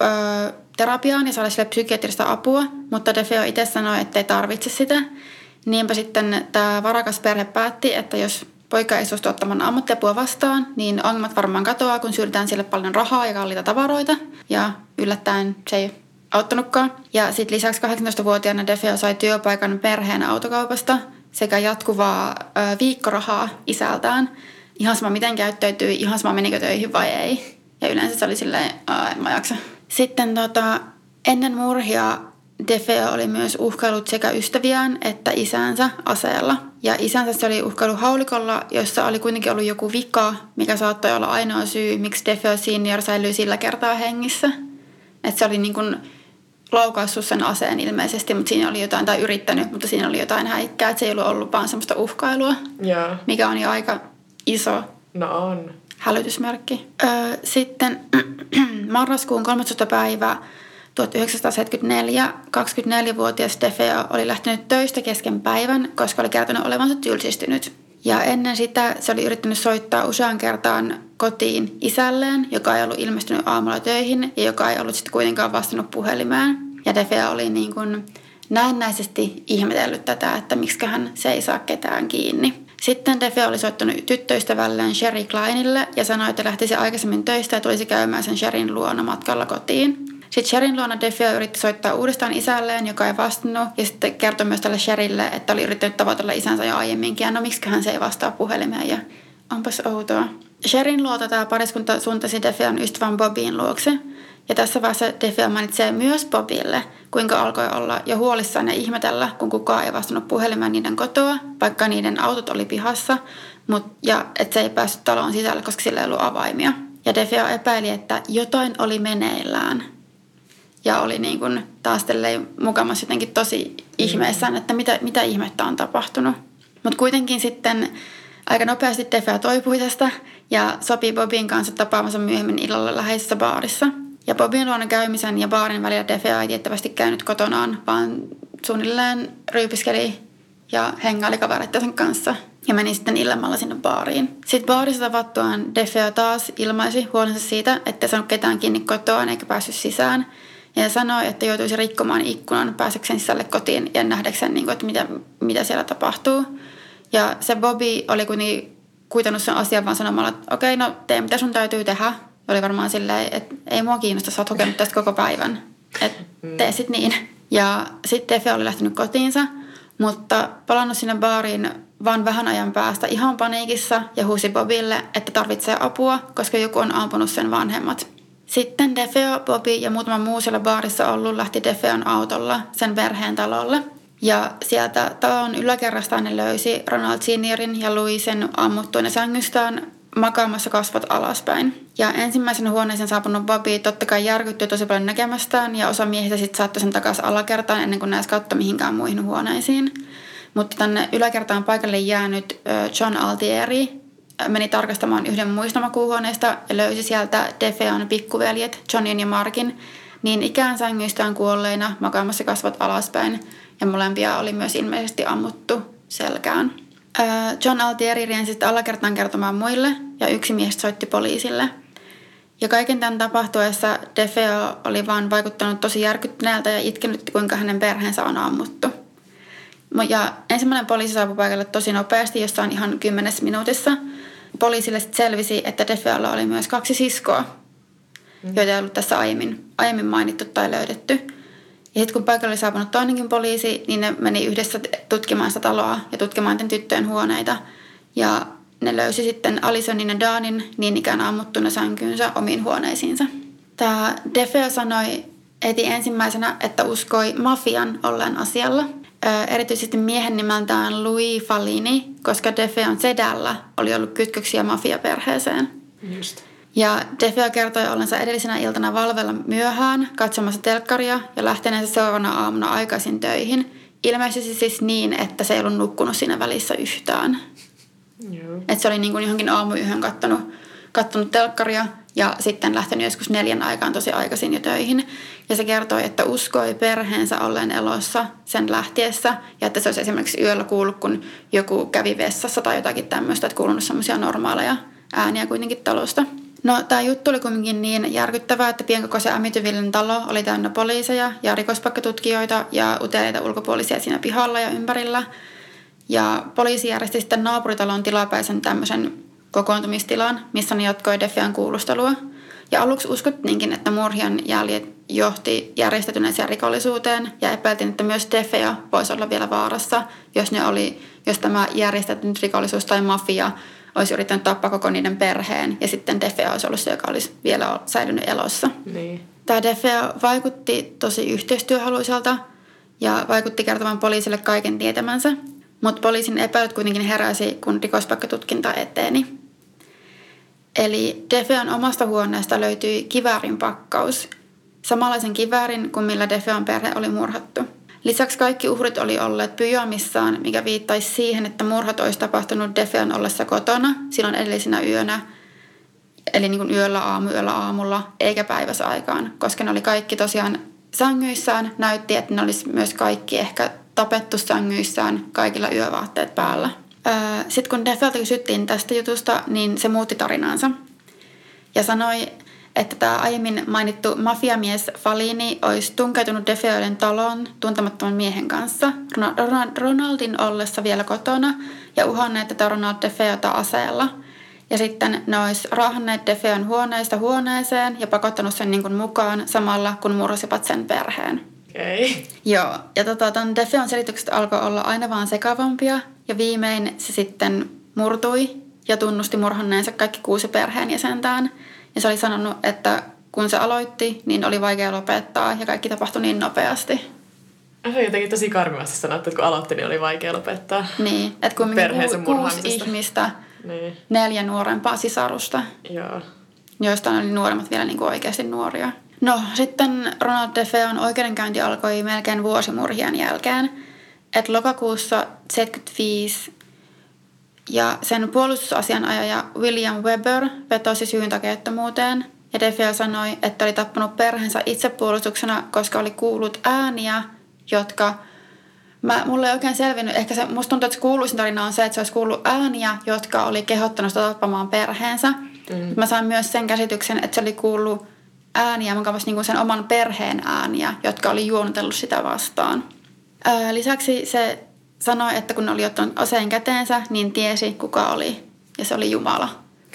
[SPEAKER 5] ö, terapiaan ja saada sille psykiatrista apua, mutta DeFeo itse sanoi, että ei tarvitse sitä. Niinpä sitten tämä varakas perhe päätti, että jos poika ei suostu ottamaan ammattiapua vastaan, niin ongelmat varmaan katoaa, kun syydetään sille paljon rahaa ja kalliita tavaroita. Ja yllättäen se ei auttanutkaan. Ja sitten lisäksi kahdeksantoistavuotiaana DeFeo sai työpaikan perheen autokaupasta sekä jatkuvaa ö, viikkorahaa isältään. Ihan sama miten käyttäytyi, ihan sama menikö töihin vai ei. Ja yleensä se oli silleen, en mä jaksa. Sitten tota, ennen murhia DeFeo oli myös uhkailut sekä ystäviään että isänsä aseella. Ja isänsä se oli uhkailu haulikolla, jossa oli kuitenkin ollut joku vika, mikä saattoi olla ainoa syy, miksi DeFeo senior säilyi sillä kertaa hengissä. Että se oli niin kuin laukaissut sen aseen ilmeisesti, mutta siinä oli jotain, tai yrittänyt, mutta siinä oli jotain häikkää, että se ei ollut ollut vaan semmoista uhkailua,
[SPEAKER 6] yeah.
[SPEAKER 5] mikä on jo aika iso
[SPEAKER 6] No on.
[SPEAKER 5] hälytysmerkki. Öö, sitten marraskuun kolmastoista päivä tuhatyhdeksänsataaseitsemänkymmentäneljä, kaksikymmentäneljävuotias DeFeo oli lähtenyt töistä kesken päivän, koska oli kertonut olevansa tylsistynyt. Ja ennen sitä se oli yrittänyt soittaa usean kertaan kotiin isälleen, joka ei ollut ilmestynyt aamulla töihin ja joka ei ollut sitten kuitenkaan vastannut puhelimeen. Ja DeFeo oli niin kuin näennäisesti ihmetellyt tätä, että miksiköhän se ei saa ketään kiinni. Sitten DeFeo oli soittanut tyttöystävälleen Sherry Kleinille ja sanoi, että lähtisi aikaisemmin töistä ja tulisi käymään sen Sherryn luona matkalla kotiin. Sitten Sherryn luona DeFeo yritti soittaa uudestaan isälleen, joka ei vastannut. Ja sitten kertoi myös tälle Sherrylle, että oli yrittänyt tavoitella isänsä jo aiemminkin. Ja no miksiköhän se ei vastaa puhelimeen ja onpas outoa. Sherryn luota tämä pariskunta suuntasi DeFeon ystävän Bobin luokse. Ja tässä vaiheessa DeFeo mainitsee myös Bobille, kuinka alkoi olla jo huolissaan ja ihmetellä, kun kukaan ei vastannut puhelimeen niiden kotoa, vaikka niiden autot oli pihassa. Mut, ja että se ei päässyt taloon sisälle, koska sillä ei ollut avaimia. Ja DeFeo epäili, että jotain oli meneillään. Ja oli niin kuin taas mukamassa jotenkin tosi ihmeissään, että mitä, mitä ihmettä on tapahtunut. Mutta kuitenkin sitten aika nopeasti DeFeo toipui tästä ja sopi Bobin kanssa tapaamansa myöhemmin illalla läheisessä baarissa. Ja Bobin luona käymisen ja baarin välillä DeFeo ei tiettävästi käynyt kotonaan, vaan suunnilleen ryypiskeli ja hengaili kavereittensa kanssa. Ja meni sitten illemmalla sinne baariin. Sitten baarissa tavattuaan DeFeo taas ilmaisi huolensa siitä, ettei saanut ketään kiinni kotoaan eikä päässyt sisään. Ja sanoi, että joutuisi rikkomaan ikkunan pääsekseen sisälle kotiin ja nähdäkseen, että mitä, mitä siellä tapahtuu. Ja se Bobby oli kuitenkin kuitannut sen asian vaan sanomalla, että okei, no tee mitä sun täytyy tehdä. Oli varmaan silleen, että ei mua kiinnosta, sä oot hokenut tästä koko päivän. Että tee sit niin. Ja sitten DeFeo oli lähtenyt kotiinsa, mutta palannut sinne baariin vaan vähän ajan päästä ihan paniikissa ja huusi Bobille, että tarvitsee apua, koska joku on ampunut sen vanhemmat. Sitten DeFeo, Bobby ja muutama muu siellä baarissa ollut lähti DeFeon autolla sen perheen talolle. Ja sieltä talon yläkerrastaan ne löysi Ronald seniorin ja Louisen ammuttuina sängystään makaamassa kasvot alaspäin. Ja ensimmäisen huoneeseen saapunut Bobby totta kai järkyttyi tosi paljon näkemästään ja osa miehistä sitten saattoi sen takaisin alakertaan ennen kuin ne edes katsoi mihinkään muihin huoneisiin. Mutta tänne yläkertaan paikalle jäänyt John Altieri meni tarkastamaan yhden muista makuuhuoneesta ja löysi sieltä DeFeon pikkuveljet Johnin ja Markin niin ikään sängyistään kuolleina makaamassa kasvot alaspäin ja molempia oli myös ilmeisesti ammuttu selkään. John Altieri riensi sitten alakertaan kertomaan muille ja yksi mies soitti poliisille. Ja kaiken tämän tapahtuessa DeFeo oli vaan vaikuttanut tosi järkyttyneeltä ja itkenyt, kuinka hänen perheensä on ammuttu. Ja ensimmäinen poliisi saapui paikalle tosi nopeasti, jossain ihan kymmenessä minuutissa. Poliisille sitten selvisi, että DeFeolla oli myös kaksi siskoa, mm. joita ei ollut tässä aiemmin, aiemmin mainittu tai löydetty. Ja sitten kun paikalle oli saapunut toinenkin poliisi, niin ne meni yhdessä tutkimaan sitä taloa ja tutkimaan tämän tyttöjen huoneita. Ja ne löysi sitten Alisonin ja Danin niin ikään ammuttuna sänkyynsä omiin huoneisiinsa. Tämä DeFeo sanoi heti ensimmäisenä, että uskoi mafian olleen asialla. Erityisesti miehen nimeltään Louis Fallini, koska DeFeon sedällä oli ollut kytköksiä mafiaperheeseen.
[SPEAKER 6] Just.
[SPEAKER 5] Ja DeFeo kertoi ollensa edellisenä iltana valvella myöhään, katsomassa telkkaria ja lähteneensä seuraavana aamuna aikaisin töihin. Ilmeisesti siis niin, että se ei ollut nukkunut siinä välissä yhtään.
[SPEAKER 6] Joo.
[SPEAKER 5] Että se oli niin kuin johonkin aamuyöhön kattonut, kattonut telkkaria ja sitten lähtenyt joskus neljän aikaan tosi aikaisin jo töihin. Ja se kertoi, että uskoi perheensä olleen elossa sen lähtiessä ja että se olisi esimerkiksi yöllä kuullut, kun joku kävi vessassa tai jotakin tämmöistä, että kuulunut semmoisia normaaleja ääniä kuitenkin talosta. No, tämä juttu oli kuitenkin niin järkyttävää, että pienkokoisen Amityvillen talo oli täynnä poliiseja ja rikospaikkatutkijoita ja uteliaita ulkopuolisia siinä pihalla ja ympärillä. Ja poliisi järjesti sitten naapuritalon tilapäisen tämmöisen kokoontumistilan, missä ne jatkoi DeFeon kuulustelua. Ja aluksi uskottiinkin, että murhien jäljet johti järjestäytyneeseen rikollisuuteen ja epäiltiin, että myös DeFeo voisi olla vielä vaarassa, jos, ne oli, jos tämä järjestäytynyt rikollisuus tai mafia olisi yrittänyt tappaa koko niiden perheen ja sitten DeFeo olisi ollut se, joka olisi vielä säilynyt elossa.
[SPEAKER 6] Niin.
[SPEAKER 5] Tämä DeFeo vaikutti tosi yhteistyöhaluiselta ja vaikutti kertomaan poliisille kaiken tietämänsä, mutta poliisin epäilyt kuitenkin heräsi, kun rikospaikkatutkinta eteni. Eli DeFeon omasta huoneesta löytyi kiväärin pakkaus, samanlaisen kiväärin kuin millä DeFeon perhe oli murhattu. Lisäksi kaikki uhrit oli olleet pyjamissaan, mikä viittaisi siihen, että murhat olisi tapahtunut Defeon ollessa kotona silloin edellisenä yönä, eli niin kuin yöllä, aamuyöllä, aamulla, eikä päiväsaikaan, koska ne oli kaikki tosiaan sängyissään. Näytti, että ne olisi myös kaikki ehkä tapettu sängyissään kaikilla yövaatteet päällä. Sitten kun Defeolta kysyttiin tästä jutusta, niin se muutti tarinaansa ja sanoi, että tämä aiemmin mainittu mafiamies Falini olisi tunkeutunut Defeoiden taloon tuntemattoman miehen kanssa Ronaldin ollessa vielä kotona ja uhanneet tätä Ronald Defeota aseella. Ja sitten ne olisi raahanneet Defeon huoneesta huoneeseen ja pakottanut sen niin kuin mukaan samalla, kun murhasivat sen perheen.
[SPEAKER 6] Okei. Okay.
[SPEAKER 5] Joo, ja tota, ton Defeon selitykset alkoi olla aina vaan sekavampia ja viimein se sitten murtui ja tunnusti murhanneensa kaikki kuusi perheenjäsentään. Ja se oli sanonut, että kun se aloitti, niin oli vaikea lopettaa ja kaikki tapahtui niin nopeasti.
[SPEAKER 6] Se on jotenkin tosi karmivasti sanottu, että kun aloitti, niin oli vaikea lopettaa.
[SPEAKER 5] Niin, että kun ku, kuusi ihmistä, niin. Neljä nuorempaa sisarusta,
[SPEAKER 6] Joo.
[SPEAKER 5] joista oli nuoremmat vielä niin kuin oikeasti nuoria. No, sitten Ronald Defeon oikeudenkäynti alkoi melkein vuosimurhien jälkeen. Että lokakuussa seitsemänkymmentäviisi ja sen puolustusasianajaja William Webber vetosi syyntakeettomuuteen. Ja Defeo sanoi, että oli tappanut perheensä itsepuolustuksena, koska oli kuullut ääniä, jotka... Mä, mulle ei oikein selvinnyt. Ehkä se, musta tuntuu, että se kuuluisin tarina on se, että se olisi kuullut ääniä, jotka oli kehottanut sitä tappamaan perheensä. Mm. Mä sain myös sen käsityksen, että se oli kuullut ääniä, mun kanssa niin sen oman perheen ääniä, jotka oli juonutellut sitä vastaan. Ää, lisäksi se sanoi, että kun oli ottanut aseen käteensä, niin tiesi, kuka oli. Ja se oli Jumala.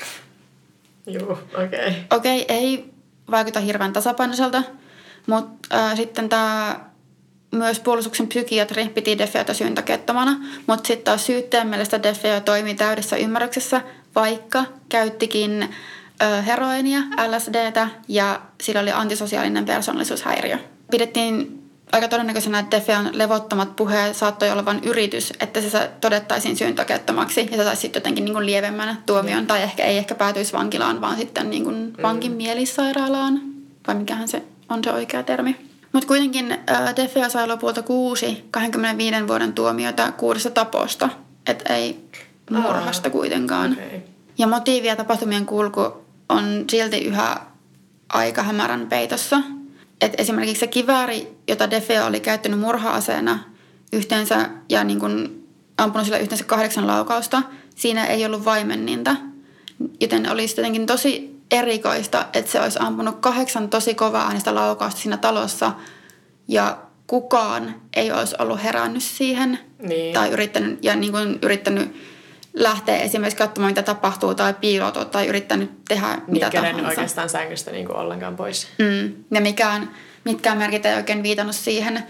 [SPEAKER 6] Joo, okei. Okay.
[SPEAKER 5] Okei, okay, ei vaikuta hirveän tasapainoiselta, mutta sitten tämä myös puolustuksen psykiatri piti Defeota syyntakeettomana, mutta sitten taas syyttäjän mielestä Defeo toimi täydessä ymmärryksessä, vaikka käyttikin ö, heroinia, L S D:tä ja sillä oli antisosiaalinen persoonallisuushäiriö. Pidettiin aika todennäköisenä, että Defeon levottomat puheet saattoi olla vain yritys, että se todettaisiin syyntakeettomaksi ja se saisi sitten jotenkin niin kuin lievemmän tuomion. Mm. Tai ehkä ei ehkä päätyisi vankilaan, vaan sitten niin kuin vankin mielisairaalaan. Vai mikähän se on se oikea termi. Mutta kuitenkin äh, Defeo sai lopulta kuusi kaksikymmentäviiden vuoden tuomiota kuudesta taposta. Että ei murhasta kuitenkaan.
[SPEAKER 6] Okay.
[SPEAKER 5] Ja motiivi ja tapahtumien kulku on silti yhä aika hämärän peitossa. Et esimerkiksi se kivääri, jota Defeo oli käyttänyt murha-aseena yhteensä ja niin kun ampunut sillä yhteensä kahdeksan laukausta, siinä ei ollut vaimenninta. Joten olisi jotenkin tosi erikoista, että se olisi ampunut kahdeksan tosi kovaa äänistä laukausta siinä talossa ja kukaan ei olisi ollut herännyt siihen niin. tai yrittänyt, ja niin kun yrittänyt lähteä esimerkiksi katsomaan, mitä tapahtuu tai piiloutua tai yrittänyt tehdä
[SPEAKER 6] niin,
[SPEAKER 5] mitä tahansa.
[SPEAKER 6] Niin, oikeastaan sängystä niin kuin ollenkaan pois.
[SPEAKER 5] Mm. Ja mikään, mitkään merkit ei oikein viitannut siihen,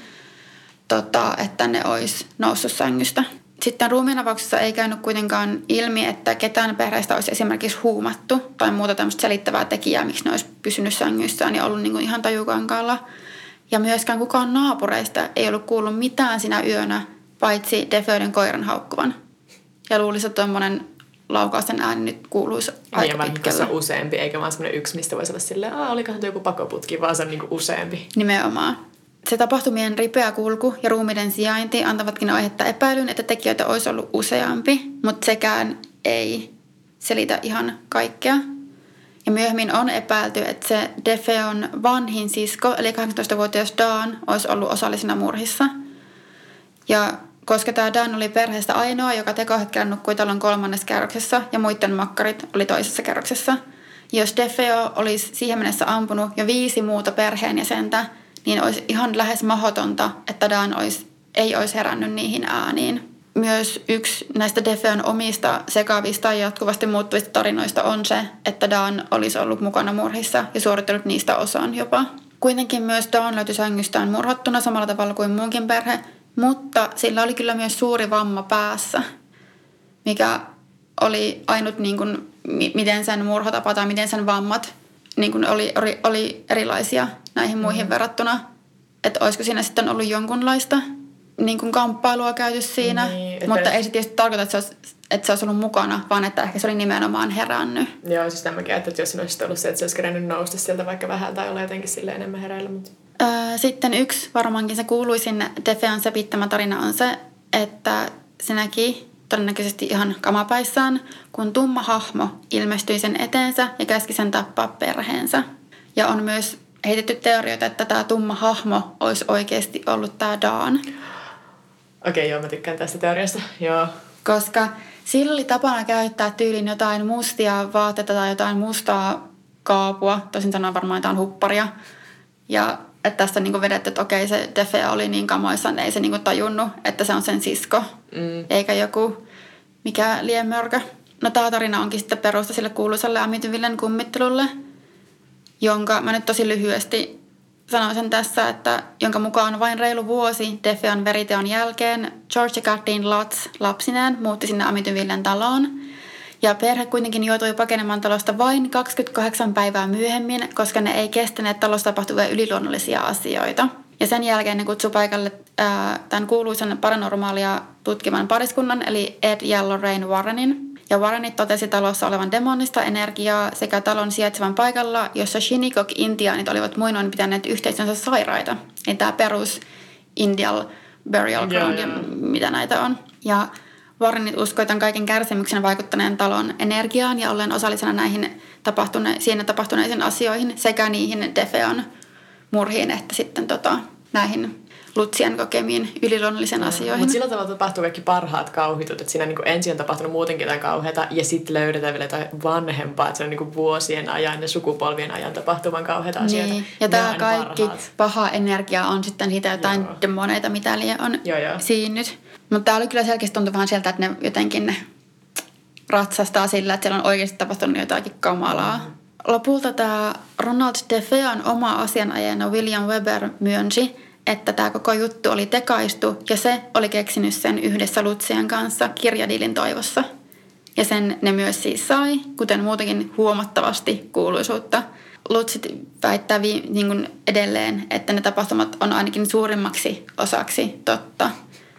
[SPEAKER 5] tota, että ne olisi noussut sängystä. Sitten ruumiinavauksessa ei käynyt kuitenkaan ilmi, että ketään perheistä olisi esimerkiksi huumattu tai muuta tämmöistä selittävää tekijää, miksi ne olisi pysynyt sängyissään ja ollut niin kuin ihan tajukankaalla. Ja myöskään kukaan naapureista ei ollut kuullut mitään sinä yönä, paitsi Defeoiden koiran haukkuvan. Ja luulisi, että tuommoinen laukausten ääni nyt kuuluisi aika
[SPEAKER 6] niin,
[SPEAKER 5] pitkälle.
[SPEAKER 6] Ja useampi, eikä vaan semmoinen yksi, mistä voisi olla silleen, aah, olikohan tuo joku pakoputki, vaan se on niinku useampi.
[SPEAKER 5] Nimenomaan. Se tapahtumien ripeä kulku ja ruumiiden sijainti antavatkin aihetta epäilyyn, että tekijöitä olisi ollut useampi, mutta sekään ei selitä ihan kaikkea. Ja myöhemmin on epäilty, että se Defeon vanhin sisko, eli kahdeksantoistavuotias Dan, olisi ollut osallisena murhissa. Ja koska tämä Dan oli perheestä ainoa, joka tekohetkellä nukkui talon kolmannessa kerroksessa ja muiden makkarit oli toisessa kerroksessa. Jos Defeo olisi siihen mennessä ampunut jo viisi muuta perheenjäsentä, niin olisi ihan lähes mahdotonta, että Dan olisi, ei olisi herännyt niihin ääniin. Myös yksi näistä Defeon omista sekavista ja jatkuvasti muuttuvista tarinoista on se, että Dan olisi ollut mukana murhissa ja suorittanut niistä osan jopa. Kuitenkin myös Dan löytyi sängystään murhattuna samalla tavalla kuin muunkin perhe, mutta sillä oli kyllä myös suuri vamma päässä, mikä oli ainut, niin kuin, miten sen murhatapa tai miten sen vammat niin kuin oli, oli, oli erilaisia näihin muihin mm. verrattuna. Että olisiko siinä sitten ollut jonkunlaista niin kuin kamppailua käyty siinä, niin, mutta ei se tietysti tarkoita, että se, olisi, että se olisi ollut mukana, vaan että ehkä se oli nimenomaan herännyt.
[SPEAKER 6] Joo, siis tämäkin, että jos siinä olisi ollut se, että se olisi kerennyt nousta sieltä vaikka vähän tai olla jotenkin sille enemmän hereillä. Mutta...
[SPEAKER 5] Sitten yksi varmaankin se kuuluisin Defean sepittämä tarina on se, että se näki todennäköisesti ihan kamapäissään, kun tumma hahmo ilmestyi sen eteensä ja käski sen tappaa perheensä. Ja on myös heitetty teorioita, että tämä tumma hahmo olisi oikeasti ollut tämä Dawn.
[SPEAKER 6] Okei, okay, joo, mä tykkään tästä teoriasta, joo.
[SPEAKER 5] Koska sillä oli tapana käyttää tyylin jotain mustia vaatteita tai jotain mustaa kaapua, tosin sanoen varmaan jotain hupparia. Ja että tästä on niin vedetty, että okei, se Defea oli niin kamoissaan, ei se niin tajunnut, että se on sen sisko, mm. eikä joku mikä liemörkö. No tämä tarina onkin sitten perusta sille kuuluisalle Amityvillen kummittelulle, jonka mä nyt tosi lyhyesti sanoisin tässä, että jonka mukaan vain reilu vuosi Defean veriteon jälkeen George ja Kathleen Lutz lapsineen muutti sinne Amityvillen taloon. Ja perhe kuitenkin joutui pakenemaan talosta vain kaksikymmentäkahdeksan päivää myöhemmin, koska ne ei kestäneet talossa tapahtuvia yliluonnollisia asioita. Ja sen jälkeen ne kutsui paikalle ää, tämän kuuluisan paranormaalia tutkivan pariskunnan, eli Ed ja Lorraine Warrenin. Ja Warrenit totesi talossa olevan demonista energiaa sekä talon sijaitsevan paikalla, jossa Shinnecock-intiaanit olivat muinoin pitäneet yhteisönsä sairaita. Eli tämä perus Indian burial ground ja mitä näitä on. Ja Warrenit uskoi tämän kaiken kärsimyksen vaikuttaneen talon energiaan ja ollen osallisena näihin tapahtune- siinä tapahtuneisiin asioihin sekä niihin Defean murhiin että sitten tota, näihin Lutzien kokemiin yliluonnollisiin asioihin.
[SPEAKER 6] Mutta sillä tavalla tapahtuu kaikki parhaat kauhitut, että siinä niin ensin on tapahtunut muutenkin jotain kauheata ja sitten löydetään vielä jotain vanhempaa, että se on niin vuosien ajan ja sukupolvien ajan tapahtuvan kauheita asioita.
[SPEAKER 5] Niin. Ja tämä kaikki parhaat. Paha energia on sitten siitä jotain joo. demoneita, mitä liian on joo, joo. siinnyt. Mutta tämä oli kyllä selkeästi tuntuu vähän sieltä, että ne jotenkin ne ratsastaa sillä, että siellä on oikeasti tapahtunut jotakin kamalaa. Mm-hmm. Lopulta tämä Ronald Defean oma asianajana William Weber myönsi, että tämä koko juttu oli tekaistu ja se oli keksinyt sen yhdessä Lutzien kanssa kirjadilin toivossa. Ja sen ne myös siis sai, kuten muutenkin huomattavasti kuuluisuutta. Lutzit väittää vi, niin kuin edelleen, että ne tapahtumat on ainakin suurimmaksi osaksi totta.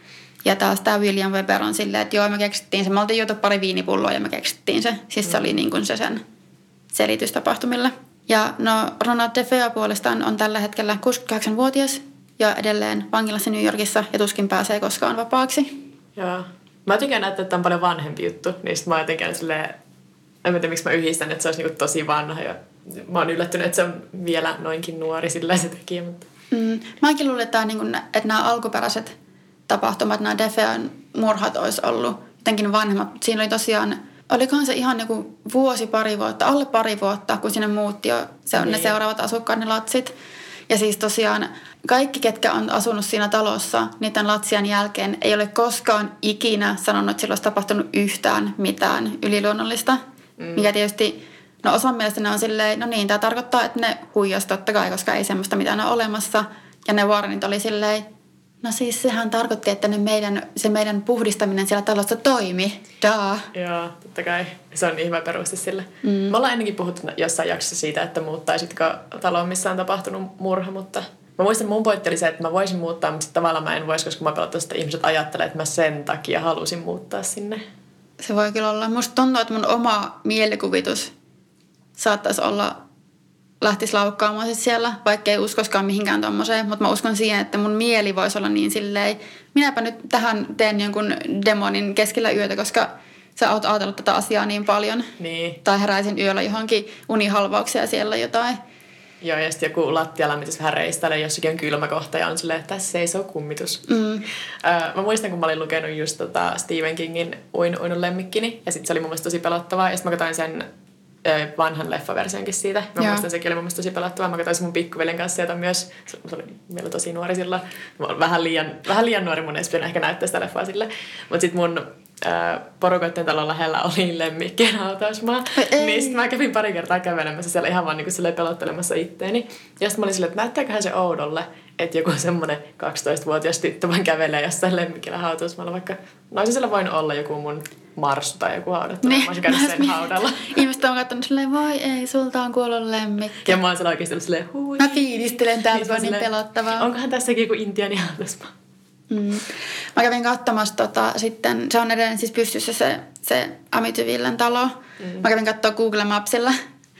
[SPEAKER 5] Ja taas tämä William Weber on silleen, että joo, me keksittiin se. Me oltiin juotu pari viinipulloa ja me keksittiin se. Siis se oli niin kuin se sen selitys tapahtumille. Ja no Ronald Defea puolestaan on tällä hetkellä kuusikymmentäkahdeksanvuotias ja edelleen vankilassa New Yorkissa ja tuskin pääsee koskaan vapaaksi.
[SPEAKER 6] Joo. Mä jotenkin näyttää, että tämä on paljon vanhempi juttu. Niin sit mä jotenkin silleen, en tiedä miksi mä yhdistän, että se olisi niinku tosi vanha. Ja mä oon yllättynyt, että se on vielä noinkin nuori sillä se tekijä. Mutta...
[SPEAKER 5] Mm, mäkin luulen, että, niin kuin, että nämä alkuperäiset tapahtumat, nämä Defean murhat olisi ollut jotenkin vanhemmat. Mutta siinä oli tosiaan, olikohan se ihan joku vuosi, pari vuotta, alle pari vuotta, kun sinne muutti jo se on niin. Ne seuraavat asukkaat, ne Lutzit. Ja siis tosiaan kaikki, ketkä on asunut siinä talossa niiden Lutzien jälkeen, ei ole koskaan ikinä sanonut, että sillä olisi tapahtunut yhtään mitään yliluonnollista. Mm. Mikä tietysti, no osan mielestä ne on silleen, no niin, tämä tarkoittaa, että ne huijasi totta kai, koska ei semmoista mitään ole olemassa. Ja ne Warrenit oli silleen, no siis sehän tarkoitti, että ne meidän, se meidän puhdistaminen siellä talossa toimi. Daa.
[SPEAKER 6] Joo, totta kai. Se on niin hyvä peruste sille. Mm. Me ollaan ennenkin puhuttu jossain jaksossa siitä, että muuttaisitko taloon, missä on tapahtunut murha, mutta mä muistan, mun pointti oli se, että mä voisin muuttaa, mutta sitten tavallaan mä en voisi, koska mä pelottaa, että ihmiset ajattelee, että mä sen takia halusin muuttaa sinne.
[SPEAKER 5] Se voi kyllä olla. Musta tuntuu, että mun oma mielikuvitus saattaisi olla, lähtisi laukkaamaan sit siellä, vaikka ei uskoskaan mihinkään tommoseen, mutta mä uskon siihen, että mun mieli voisi olla niin silleen, minäpä nyt tähän teen jonkun demonin keskellä yötä, koska sä oot ajatellut tätä asiaa niin paljon.
[SPEAKER 6] Niin. Tai
[SPEAKER 5] heräisin yöllä johonkin unihalvauksia siellä jotain.
[SPEAKER 6] Joo, ja sitten joku lattialämmitys vähän reistäilee, jossakin on kylmä kohta ja on silleen, että tässä ei se ole kummitus. Mm. Öö, mä muistan, kun mä olin lukenut just tota Stephen Kingin Uin, Uinun lemmikkini, ja sitten se oli mun mielestä tosi pelottavaa, ja sitten mä katsoin sen ö, vanhan leffaversionkin siitä. Mä Joo. muistan, sekin oli mun mielestä tosi pelottavaa. Mä katsoin sen mun pikkuveljen kanssa, jota myös, se oli vielä tosi nuori silloin. Mä olen vähän liian, vähän liian nuori, mun ei pitänyt ehkä näyttää sitä leffaa sille. Mutta sitten mun Äh, porukoitten talon lähellä oli lemmikkien hautausmaa. Niin sit mä kävin pari kertaa kävelemässä siellä ihan vaan niin kuin pelottelemassa itteeni. Ja sitten mä olin silleen, että näyttääköhän se oudolle, että joku semmoinen kaksitoistavuotias tyttö vaan kävelee jossain lemmikillä hautausmaalla. Vaikka no olisi siellä voinut olla joku mun marssu tai joku haudattava. Niin, mä olisin käynyt sen haudalla.
[SPEAKER 5] Ihmiset on katsonut silleen, voi ei, sulta on kuollut lemmikki.
[SPEAKER 6] Ja mä oon siellä oikeasti ollut silleen, hui.
[SPEAKER 5] Mä fiilistelen täällä, kun on niin pelottavaa.
[SPEAKER 6] Onkohan tässäkin joku intiaani hautausmaa?
[SPEAKER 5] Mm. Mä kävin katsomassa tota, sitten, se on edelleen siis pystyssä se, se Amityvillen talo. Mm. Mä kävin katsoa Google Mapsilla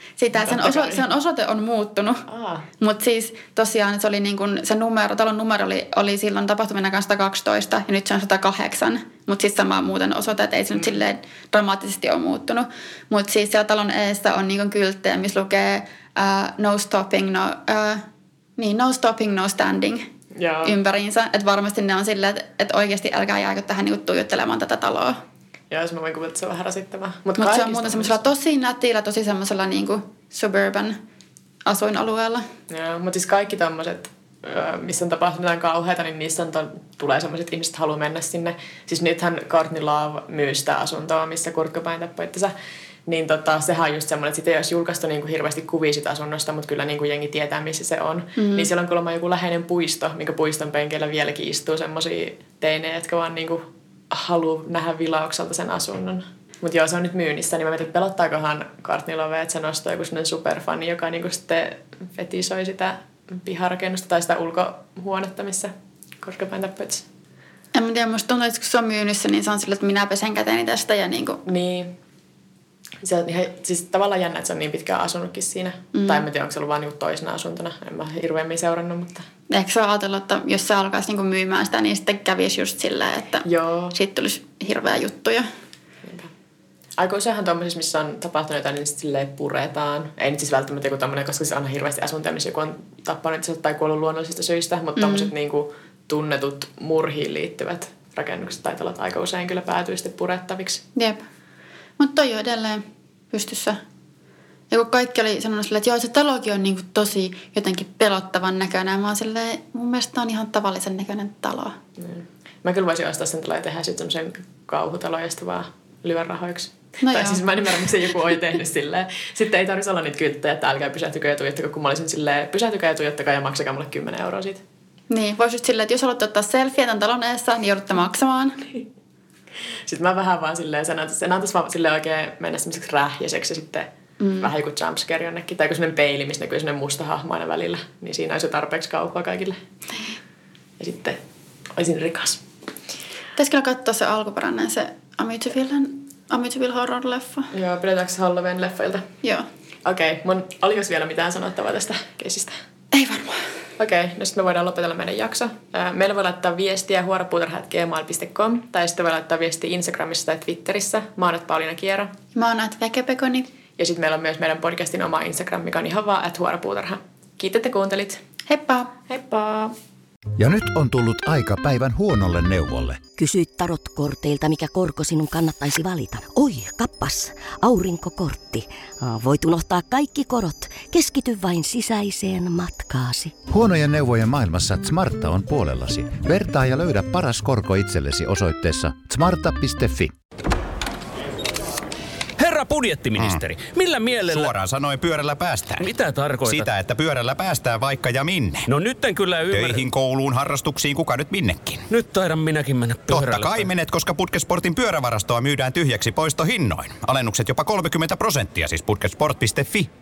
[SPEAKER 5] sitä. Sen, oso, sen osoite on muuttunut.
[SPEAKER 6] Aa.
[SPEAKER 5] Mutta siis tosiaan se, oli niin kun, se numero, talon numero oli, oli silloin tapahtuminen kanssa sata kaksitoista ja nyt se on sata kahdeksan. Mutta siis sama muuten osoite, että ei se mm. nyt silleen dramaattisesti ole muuttunut. Mutta siis siellä talon eessä on niin kun kylttejä, missä lukee uh, no stopping, no, uh, niin, no stopping, no standing. Joo. Ympäriinsä. Että varmasti ne on silleen, että, että oikeasti älkää jääkö tähän niin tuijottelemaan tätä taloa.
[SPEAKER 6] Joo, jos mä voin kuvitella, että se on vähän rasittavaa. Mutta
[SPEAKER 5] Mut se on muuten semmoisella tosi nätillä, tosi semmoisella niin kuin suburban asuinalueella.
[SPEAKER 6] Joo, mutta siis kaikki tommoset, missä on tapahtunut jotain kauheata, niin niissä on to, tulee semmoiset ihmiset, haluaa mennä sinne. Siis nythän Courtney Love myy sitä asuntoa, missä Kurt Cobain tappoi itsensä. Niin tota, sehän on just semmoinen, että siitä ei olisi julkaistu niinku hirveästi kuvia siitä asunnosta, mutta kyllä niinku jengi tietää, missä se on. Mm-hmm. Niin siellä on kuulemma joku läheinen puisto, minkä puiston penkeillä vieläkin istuu semmoisia teinejä, jotka vaan niinku haluaa nähdä vilaukselta sen asunnon. Mutta joo, se on nyt myynnissä, niin mä mietin, että pelottaakohan Courtney Love, että se nostaa joku sellainen superfani, joka niinku sitten fetisoi sitä piharakennusta tai sitä ulkohuonetta, missä Kurt Cobain tappoi itsensä.
[SPEAKER 5] En mä tiedä, musta tuntuu, että kun se on myynnissä, niin se on sillä, että minä pesen käteni tästä ja niinku...
[SPEAKER 6] Niin. Se on ihan, siis tavallaan jännä, että se on niin pitkään asunutkin siinä. Mm. Tai en tiedä, onko se ollut vaan niinku toisena asuntona. En mä hirveämmin seurannut, mutta...
[SPEAKER 5] Ehkä se on ajatellut, että jos se alkaisi niinku myymään sitä, niin sitten kävisi just silleen, että Joo. siitä tulisi hirveä juttuja.
[SPEAKER 6] Niinpä. Aika useinhan tuommoisissa, missä on tapahtunut jotain, niin sitten silleen puretaan. Ei nyt siis välttämättä joku tommoinen, koska se on hirveästi asuntoja, missä joku on tappanut tai kuollut luonnollisista syistä. Mutta mm. tuommoiset niinku tunnetut murhiin liittyvät rakennukset tai talot aika usein kyllä päätyy sitten purettaviksi.
[SPEAKER 5] Jep. Mutta toi on edelleen pystyssä. Ja kun kaikki oli sanonut silleen, että joo, se talokin on niinku tosi jotenkin pelottavan näköinen. Mä oon silleen, mun mielestä on ihan tavallisen näköinen talo.
[SPEAKER 6] Mm. Mä kyllä voisin ostaa sen taloa ja tehdä sitten semmoisen kauhutalon ja sitten vaan lyön rahoiksi.
[SPEAKER 5] No
[SPEAKER 6] tai
[SPEAKER 5] joo.
[SPEAKER 6] siis mä en ymmärrä, miksi joku oli tehnyt silleen. Sitten ei tarvitsisi olla niitä kylttejä, että älkää pysähtykää ja tuijottakaa, kun mä olisin silleen, pysähtykää ja tuijottakaa ja maksakaa mulle kymmenen euroa siitä.
[SPEAKER 5] Niin, vois just silleen, että jos haluatte ottaa selfieä tämän talon eessä, niin joudutte maksamaan.
[SPEAKER 6] Sitten mä vähän vaan silleen, sen antaisi vaan silleen oikein mennä semmoiseksi rähjäiseksi ja sitten mm. vähän joku jumpscare jonnekin. Tai joku semmoinen peili, missä näkyy semmoinen musta hahmo aina välillä. Niin siinä olisi jo tarpeeksi kauppaa kaikille. Ja sitten olisin rikas.
[SPEAKER 5] Pitäisikö katsoa se alkuperäinen, se Amityvillen, Amityville horror-leffa?
[SPEAKER 6] Joo, pidetäänkö se Halloween-leffoilta?
[SPEAKER 5] Joo.
[SPEAKER 6] Okei, okay, mun oliko vielä mitään sanottavaa tästä keisistä?
[SPEAKER 5] Ei varmaan.
[SPEAKER 6] Okei, okay, no sitten me voidaan lopetella meidän jakso. Meillä voi laittaa viestiä huoropuutarha ät gmail piste com tai sitten voi laittaa viestiä Instagramissa tai Twitterissä. Mä oon Pauliina Kiero.
[SPEAKER 5] Mä oon at Väkepekoni.
[SPEAKER 6] Ja sitten meillä on myös meidän podcastin oma Instagram, mikä on ihan vaan at huoropuutarha. Kiitos, että kuuntelit.
[SPEAKER 5] Heippa!
[SPEAKER 6] Heippa!
[SPEAKER 7] Ja nyt on tullut aika päivän huonolle neuvolle.
[SPEAKER 8] Kysy tarotkorteilta, mikä korko sinun kannattaisi valita. Oi, kappas, aurinkokortti. Voit unohtaa kaikki korot. Keskity vain sisäiseen matkaasi.
[SPEAKER 7] Huonojen neuvojen maailmassa Smarta on puolellasi. Vertaa ja löydä paras korko itsellesi osoitteessa smarta piste fi.
[SPEAKER 1] Herra budjettiministeri, mm. millä mielellä...
[SPEAKER 2] Suoraan sanoen pyörällä päästään.
[SPEAKER 1] Mitä tarkoitat?
[SPEAKER 2] Sitä, että pyörällä päästään vaikka ja minne.
[SPEAKER 1] No nyt en kyllä ymmärrä...
[SPEAKER 2] Töihin, kouluun, harrastuksiin, kuka nyt minnekin.
[SPEAKER 1] Nyt taidan minäkin mennä pyörällä.
[SPEAKER 2] Totta kai menet, koska Putkesportin pyörävarastoa myydään tyhjäksi poistohinnoin. Alennukset jopa kolmekymmentä prosenttia, siis putkesport piste fi.